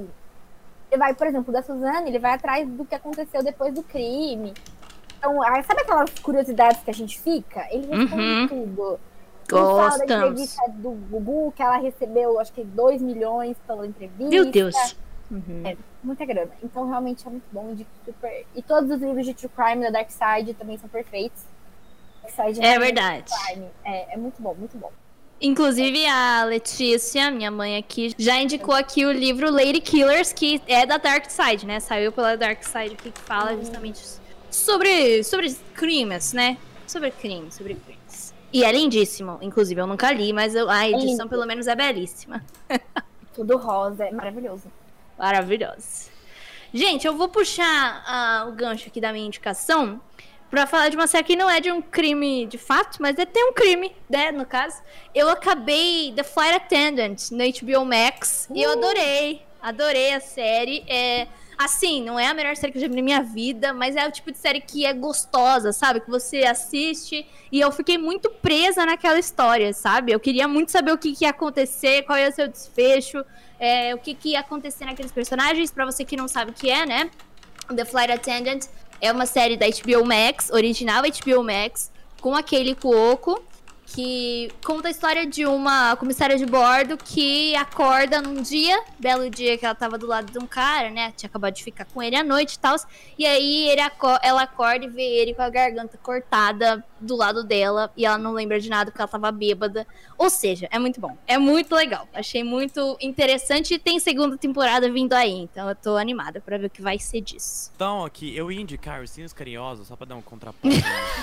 por exemplo, da Suzane, ele vai atrás do que aconteceu depois do crime. Então, sabe aquelas curiosidades que a gente fica? Ele responde tudo. Ele fala da entrevista do Gugu, que ela recebeu, acho que 2 milhões pela entrevista. Meu Deus. É, muita grana. Então, realmente é muito bom. Super... E todos os livros de True Crime da Dark Side também são perfeitos. Dark Side É verdade. É muito bom, muito bom. Inclusive, a Letícia, minha mãe aqui, já indicou aqui o livro Lady Killers, que é da Dark Side, né? Saiu pela Dark Side aqui, que fala justamente sobre crimes, né? Sobre crimes. E é lindíssimo. Inclusive, eu nunca li, mas a edição, pelo menos, é belíssima. Tudo rosa, é maravilhoso. Maravilhoso. Gente, eu vou puxar o gancho aqui da minha indicação pra falar de uma série que não é de um crime de fato, mas tem um crime, né, no caso. Eu acabei The Flight Attendant no HBO Max e eu adorei a série. Assim, não é a melhor série que eu já vi na minha vida, mas é o tipo de série que é gostosa, sabe? Que você assiste e eu fiquei muito presa naquela história, sabe? Eu queria muito saber o que ia acontecer, qual ia ser o desfecho, o que ia acontecer naqueles personagens. Pra você que não sabe o que é, né? The Flight Attendant é uma série da HBO Max, original HBO Max, com a Kaley Cuoco, que conta a história de uma comissária de bordo que acorda num belo dia que ela tava do lado de um cara, né? Tinha acabado de ficar com ele à noite e tal. E aí ela acorda e vê ele com a garganta cortada do lado dela. E ela não lembra de nada porque ela tava bêbada. Ou seja, é muito bom. É muito legal. Achei muito interessante e tem segunda temporada vindo aí. Então eu tô animada pra ver o que vai ser disso. Então, aqui, eu ia indicar Ursinhos Carinhosos, só pra dar um contraponto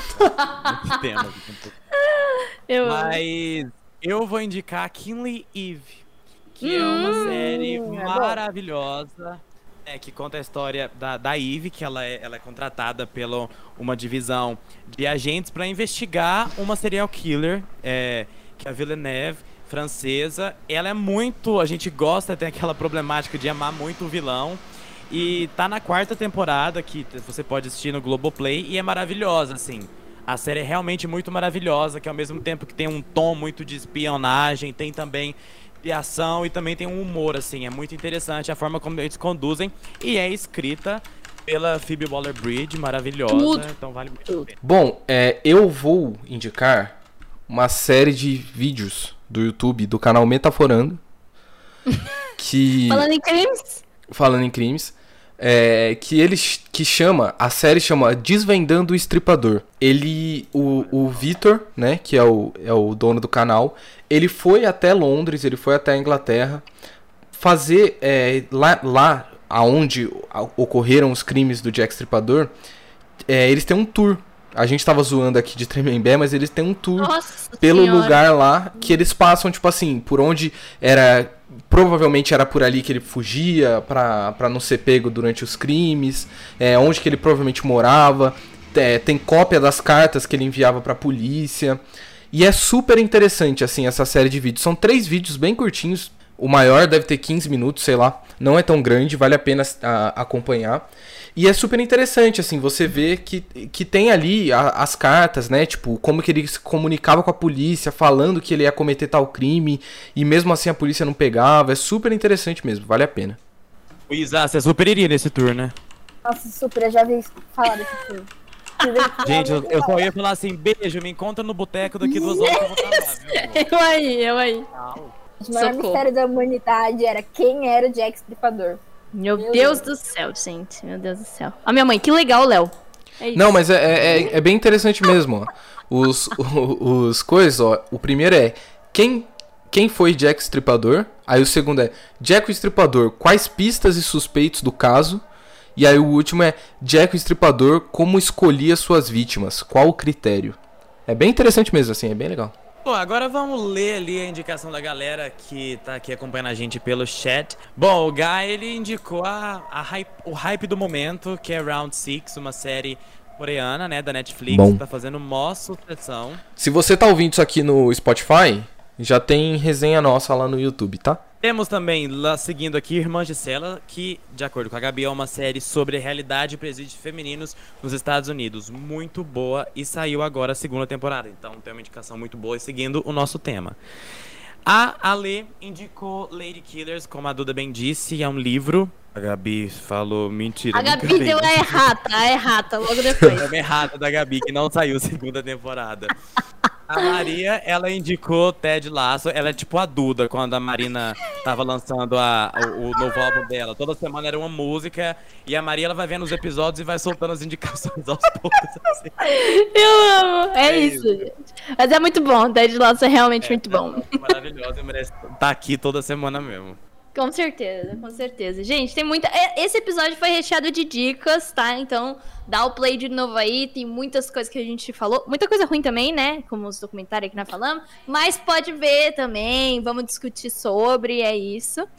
no tema. Mas eu vou indicar Killing Eve, que é uma série maravilhosa, que conta a história da Eve, que ela é contratada pela uma divisão de agentes para investigar uma serial killer, que é a Villeneuve, francesa. Ela é muito... A gente gosta, tem aquela problemática de amar muito o vilão. E tá na 4ª temporada, que você pode assistir no Globoplay, e é maravilhosa, assim. A série é realmente muito maravilhosa, que ao mesmo tempo que tem um tom muito de espionagem, tem também de ação e também tem um humor, assim. É muito interessante a forma como eles conduzem. E é escrita pela Phoebe Waller-Bridge, maravilhosa. Então vale muito a pena. Bom, eu vou indicar uma série de vídeos do YouTube, do canal Metaforando. Falando em crimes. A série chama Desvendando o Estripador. O Vitor, né, que é o dono do canal, ele foi até Londres, ele foi até a Inglaterra fazer lá aonde ocorreram os crimes do Jack Estripador. Eles têm um tour. A gente tava zoando aqui de Tremembé, mas eles têm um tour pelo lugar lá, que eles passam, tipo assim, por onde era... Provavelmente era por ali que ele fugia pra não ser pego durante os crimes, onde que ele provavelmente morava. Tem cópia das cartas que ele enviava pra polícia. E é super interessante, assim, essa série de vídeos. São 3 vídeos bem curtinhos. O maior deve ter 15 minutos, sei lá. Não é tão grande, vale a pena acompanhar. E é super interessante, assim, você vê que tem ali as cartas, né? Tipo, como que ele se comunicava com a polícia, falando que ele ia cometer tal crime, e mesmo assim a polícia não pegava. É super interessante mesmo, vale a pena. O Isa, você super iria nesse tour, né? Nossa, super, eu já vi falar desse tour. Gente, eu só ia falar assim, beijo, me encontra no boteco daqui 2 horas que eu vou estar lá, viu? Eu aí. O maior Socorro. mistério da humanidade era quem era o Jack Stripador. Meu Meu Deus do céu, gente. Meu Deus do céu. A minha mãe, que legal, Léo. É isso. Não, mas é bem interessante mesmo, ó. Os coisas, ó. O primeiro é quem foi Jack Stripador? Aí o segundo é Jack o Estripador, quais pistas e suspeitos do caso? E aí o último é Jack o Estripador, como escolhia suas vítimas? Qual o critério? É bem interessante mesmo, assim, é bem legal. Bom, agora vamos ler ali a indicação da galera que tá aqui acompanhando a gente pelo chat. Bom, o Guy, ele indicou o hype do momento, que é Round 6, uma série coreana, né, da Netflix, Bom. que tá fazendo mó sucessão. Se você tá ouvindo isso aqui no Spotify, já tem resenha nossa lá no YouTube, tá? Temos também, lá seguindo aqui, Irmãs de Cela, que, de acordo com a Gabi, é uma série sobre a realidade e presídios femininos nos Estados Unidos. Muito boa e saiu agora a segunda temporada. Então tem uma indicação muito boa e seguindo o nosso tema. A Ale indicou Lady Killers, como a Duda bem disse, é um livro. A Gabi falou mentira. A nunca Gabi vi. deu a errata logo depois. É errada da Gabi, que não saiu segunda temporada. A Maria, ela indicou Ted Lasso. Ela é tipo a Duda, quando a Marina tava lançando o novo álbum dela. Toda semana era uma música. E a Maria, ela vai vendo os episódios e vai soltando as indicações aos poucos. Assim. Eu amo. É isso, isso. gente. Mas é muito bom. Ted Lasso é realmente muito bom. Maravilhosa e merece estar aqui toda semana mesmo. Com certeza, com certeza. Gente, tem muita. Esse episódio foi recheado de dicas, tá? Então, dá o play de novo aí. Tem muitas coisas que a gente falou. Muita coisa ruim também, né? Como os documentários que nós falamos. Mas pode ver também. Vamos discutir sobre. É isso.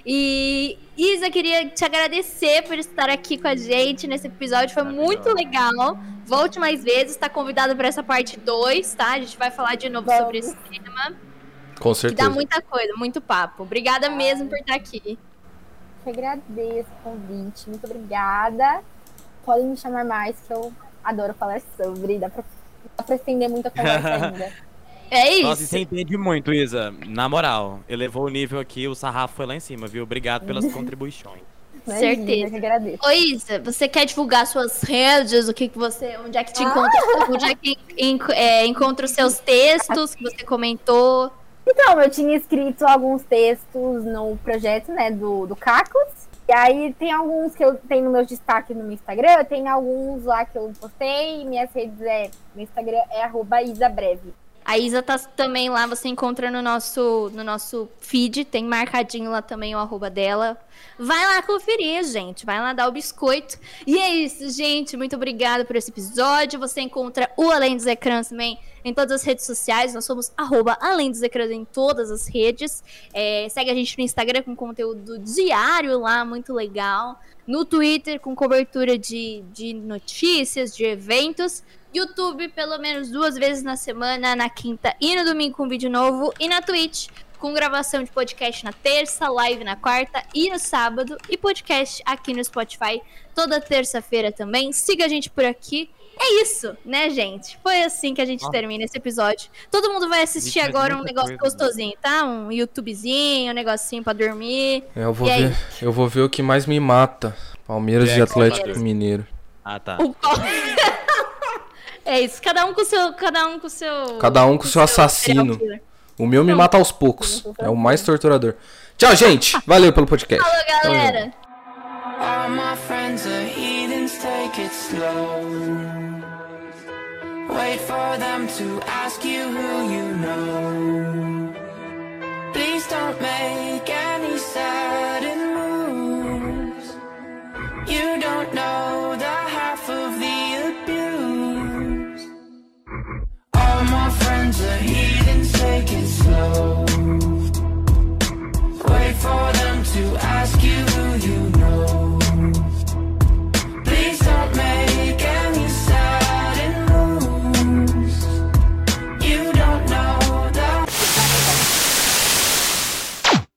E, Isa, queria te agradecer por estar aqui com a gente nesse episódio. Foi muito legal. Volte mais vezes. Tá convidado para essa parte 2, tá? A gente vai falar de novo sobre esse tema. Com Que certeza. dá muita coisa, muito papo. Obrigada mesmo por estar aqui. Eu agradeço o convite. Muito obrigada. Podem me chamar mais, que eu adoro falar sobre. Dá pra estender muita conversa ainda. É isso. Nossa, e você entende muito, Isa. Na moral, elevou o nível aqui, o sarrafo foi lá em cima, viu? Obrigado pelas contribuições. Imagina, Certeza. Eu que agradeço. Ô Isa, você quer divulgar suas redes? O que você, onde é que te encontra? Onde é que encontra os seus textos que você comentou? Então, eu tinha escrito alguns textos no projeto, né, do Cacos. E aí tem alguns que eu tenho no meu destaque no meu Instagram, tem alguns lá que eu postei. Minhas redes meu Instagram é @isabreve. A Isa tá também lá, você encontra no nosso feed, tem marcadinho lá também o @ dela. Vai lá conferir, gente, vai lá dar o biscoito. E é isso, gente, muito obrigada por esse episódio. Você encontra o Além dos Ecrãs também em todas as redes sociais, nós somos @Além dos Ecrãs em todas as redes. Segue a gente no Instagram com conteúdo diário lá, muito legal. No Twitter com cobertura de notícias, de eventos. YouTube, pelo menos 2 vezes na semana, na quinta e no domingo com vídeo novo. E na Twitch, com gravação de podcast na terça, live na quarta e no sábado. E podcast aqui no Spotify toda terça-feira também. Siga a gente por aqui. É isso, né, gente? Foi assim que a gente termina esse episódio. Todo mundo vai assistir Gente, agora um muita negócio coisa, gostosinho, tá? Um YouTubezinho, um negocinho pra dormir. Eu vou ver o que mais me mata. Palmeiras e Jackson, Atlético Palmeiras. Mineiro. Ah, tá. É isso, cada um com o seu assassino. serial killer. O meu me mata aos poucos. É o mais torturador. Tchau, gente. Valeu pelo podcast. Falou, galera. All my friends are heathens, take it slow. Wait for them to ask you who you know.